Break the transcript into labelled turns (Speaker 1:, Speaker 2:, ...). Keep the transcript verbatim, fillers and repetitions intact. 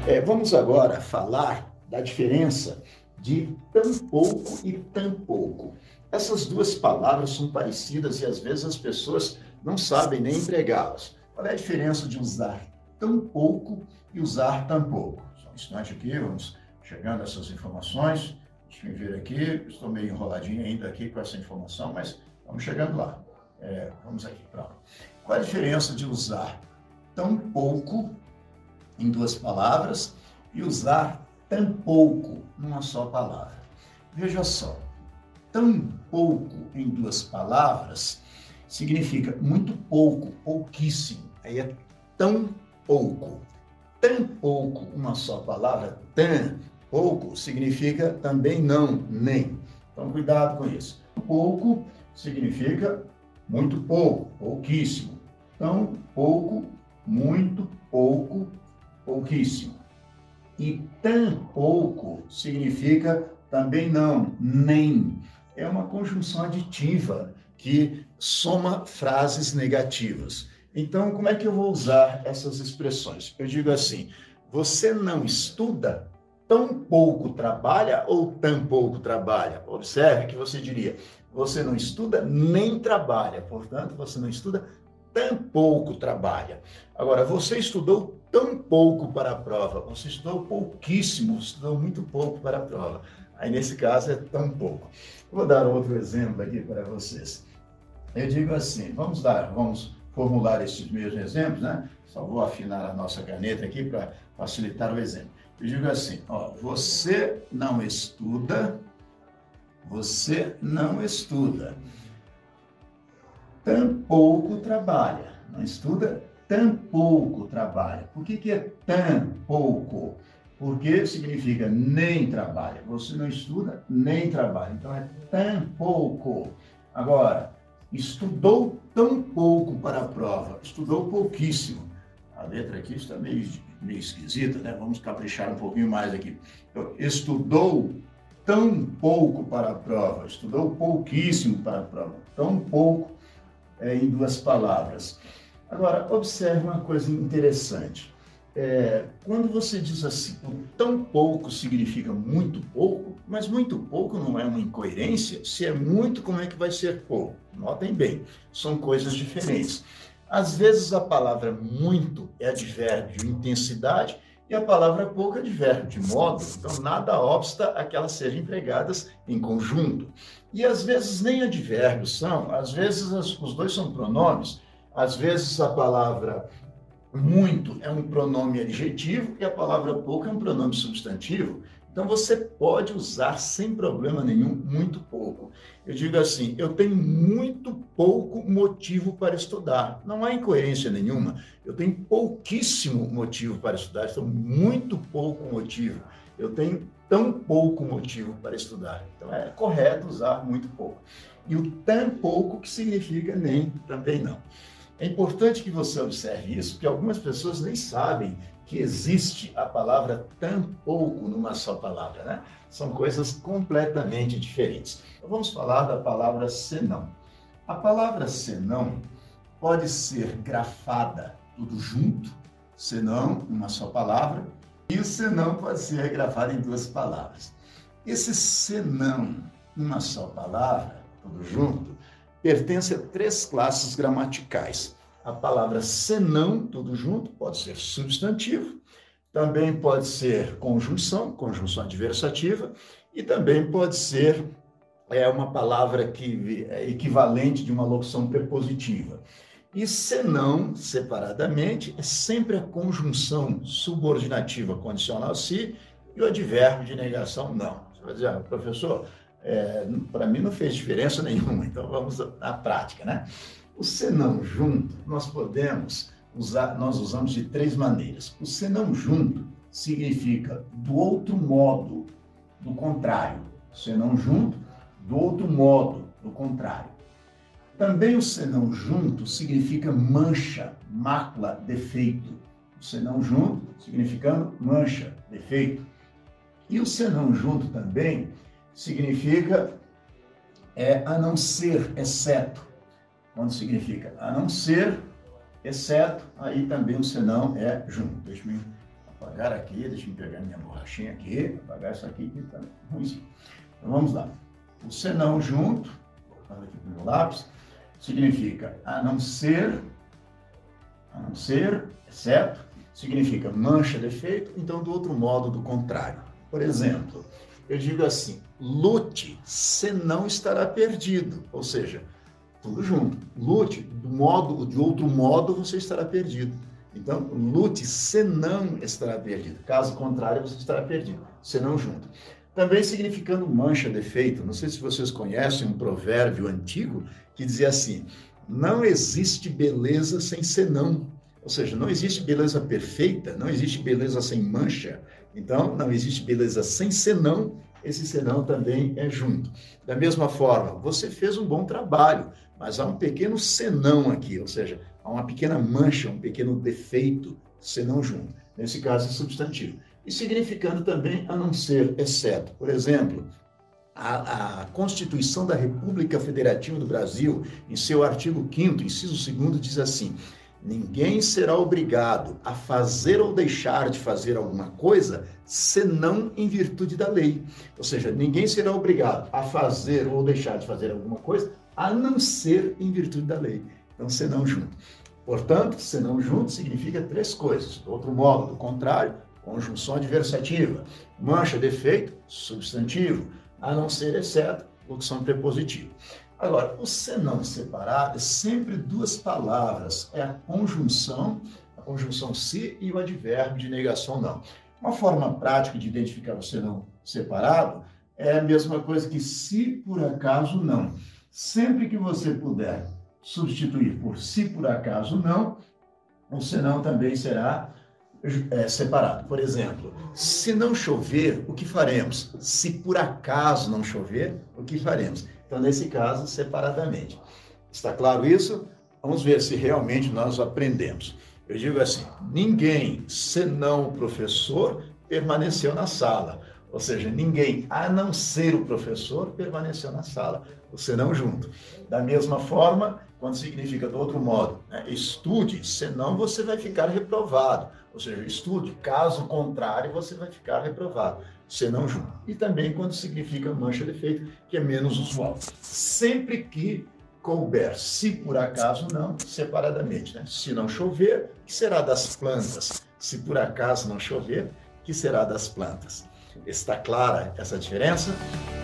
Speaker 1: É, vamos agora falar da diferença de tão pouco e tão pouco. Essas duas palavras são parecidas e às vezes as pessoas não sabem nem empregá-las. Qual é a diferença de usar tão pouco e usar tão pouco? Só um instante aqui, vamos chegando a essas informações. Deixa eu ver aqui, estou meio enroladinho ainda aqui com essa informação, mas vamos chegando lá. É, vamos aqui, pronto. Qual é a diferença de usar tão pouco em duas palavras e usar tão pouco numa só palavra? Veja só, tão pouco em duas palavras significa muito pouco, pouquíssimo. Aí é tão pouco. Tão pouco, uma só palavra, tão pouco, significa também não, nem. Então, cuidado com isso. Pouco significa muito pouco, pouquíssimo. Tão pouco, muito pouco, pouquíssimo. E tão pouco significa também não, nem. É uma conjunção aditiva que soma frases negativas. Então, como é que eu vou usar essas expressões? Eu digo assim: você não estuda, tão pouco trabalha ou tão pouco trabalha? Observe que você diria: você não estuda nem trabalha. Portanto, você não estuda, tão pouco trabalha. Agora, você estudou tão pouco para a prova, você estudou pouquíssimo, estudou muito pouco para a prova. Aí, nesse caso, é tão pouco. Vou dar outro exemplo aqui para vocês. Eu digo assim, vamos dar, vamos formular esses mesmos exemplos, né? Só vou afinar a nossa caneta aqui para facilitar o exemplo. Eu digo assim, ó, você não estuda, você não estuda, tão pouco trabalha. Não estuda, tão pouco trabalha. Por que que é tão pouco? Porque significa nem trabalha. Você não estuda, nem trabalha. Então, é tão pouco. Agora, estudou tão pouco para a prova. Estudou pouquíssimo. A letra aqui está meio, meio esquisita, né? Vamos caprichar um pouquinho mais aqui. Então, estudou tão pouco para a prova. Estudou pouquíssimo para a prova. Tão pouco é, em duas palavras. Agora, observe uma coisa interessante. É, quando você diz assim, tão pouco significa muito pouco, mas muito pouco não é uma incoerência. Se é muito, como é que vai ser pouco? Notem bem, são coisas diferentes. Às vezes a palavra muito é advérbio de intensidade e a palavra pouco é advérbio de modo, então nada obsta a que elas sejam empregadas em conjunto. E às vezes nem advérbios são, às vezes os dois são pronomes, às vezes a palavra muito é um pronome adjetivo e a palavra pouco é um pronome substantivo. Então, você pode usar sem problema nenhum muito pouco. Eu digo assim, eu tenho muito pouco motivo para estudar. Não há incoerência nenhuma. Eu tenho pouquíssimo motivo para estudar, então muito pouco motivo. Eu tenho tão pouco motivo para estudar. Então, é correto usar muito pouco. E o tão pouco que significa nem, também não. É importante que você observe isso, porque algumas pessoas nem sabem que existe a palavra tão pouco numa só palavra, né? São coisas completamente diferentes. Então, vamos falar da palavra senão. A palavra senão pode ser grafada tudo junto, senão, uma só palavra, e o senão pode ser grafado em duas palavras. Esse senão, uma só palavra, tudo junto, pertence a três classes gramaticais. A palavra senão, tudo junto, pode ser substantivo, também pode ser conjunção, conjunção adversativa, e também pode ser é, uma palavra que é equivalente de uma locução prepositiva. E senão, separadamente, é sempre a conjunção subordinativa condicional se e o advérbio de negação não. Você vai dizer, ah, professor, É, para mim não fez diferença nenhuma, então vamos à prática, né? O senão junto, nós podemos usar, nós usamos de três maneiras. O senão junto significa do outro modo, do contrário. Senão junto, do outro modo, do contrário. Também o senão junto significa mancha, mácula, defeito. O senão junto significando mancha, defeito. E o senão junto também significa é, a não ser, exceto. Quando significa a não ser, exceto, aí também o senão é junto. Deixa eu apagar aqui, deixa eu pegar minha borrachinha aqui, apagar isso aqui que está ruimzinho. Então vamos lá. O senão junto, voltando aqui para o meu lápis, significa a não ser, a não ser, exceto, significa mancha, defeito, então do outro modo, do contrário. Por exemplo, eu digo assim, lute, senão estará perdido, ou seja, tudo junto. Lute, do modo, de outro modo, você estará perdido. Então, lute, senão estará perdido. Caso contrário, você estará perdido, senão junto. Também significando mancha, defeito. Não sei se vocês conhecem um provérbio antigo que dizia assim, não existe beleza sem senão. Ou seja, não existe beleza perfeita, não existe beleza sem mancha. Então, não existe beleza sem senão, esse senão também é junto. Da mesma forma, você fez um bom trabalho, mas há um pequeno senão aqui, ou seja, há uma pequena mancha, um pequeno defeito, senão junto. Nesse caso, é substantivo. E significando também a não ser, exceto. Por exemplo, a, a Constituição da República Federativa do Brasil, em seu artigo quinto, inciso segundo, diz assim, ninguém será obrigado a fazer ou deixar de fazer alguma coisa, senão em virtude da lei. Ou seja, ninguém será obrigado a fazer ou deixar de fazer alguma coisa, a não ser em virtude da lei. Então, senão junto. Portanto, senão junto significa três coisas. Do outro modo, do contrário, conjunção adversativa. Mancha, defeito, substantivo. A não ser, exceto, locução prepositiva. Agora, o senão separado é sempre duas palavras. É a conjunção, a conjunção se e o advérbio de negação não. Uma forma prática de identificar o senão separado é a mesma coisa que se por acaso não. Sempre que você puder substituir por se por acaso não, o senão também será é, separado. Por exemplo, se não chover, o que faremos? Se por acaso não chover, o que faremos? Então, nesse caso, separadamente. Está claro isso? Vamos ver se realmente nós aprendemos. Eu digo assim, ninguém, senão o professor, permaneceu na sala. Ou seja, ninguém, a não ser o professor, permaneceu na sala. O senão junto. Da mesma forma, quando significa do outro modo, né? Estude, senão você vai ficar reprovado. Ou seja, estude, caso contrário, você vai ficar reprovado. Senão junto. E também quando significa mancha, defeito, que é menos usual. Sempre que couber, se por acaso não, separadamente. Né? Se não chover, que será das plantas? Se por acaso não chover, que será das plantas? Está clara essa diferença?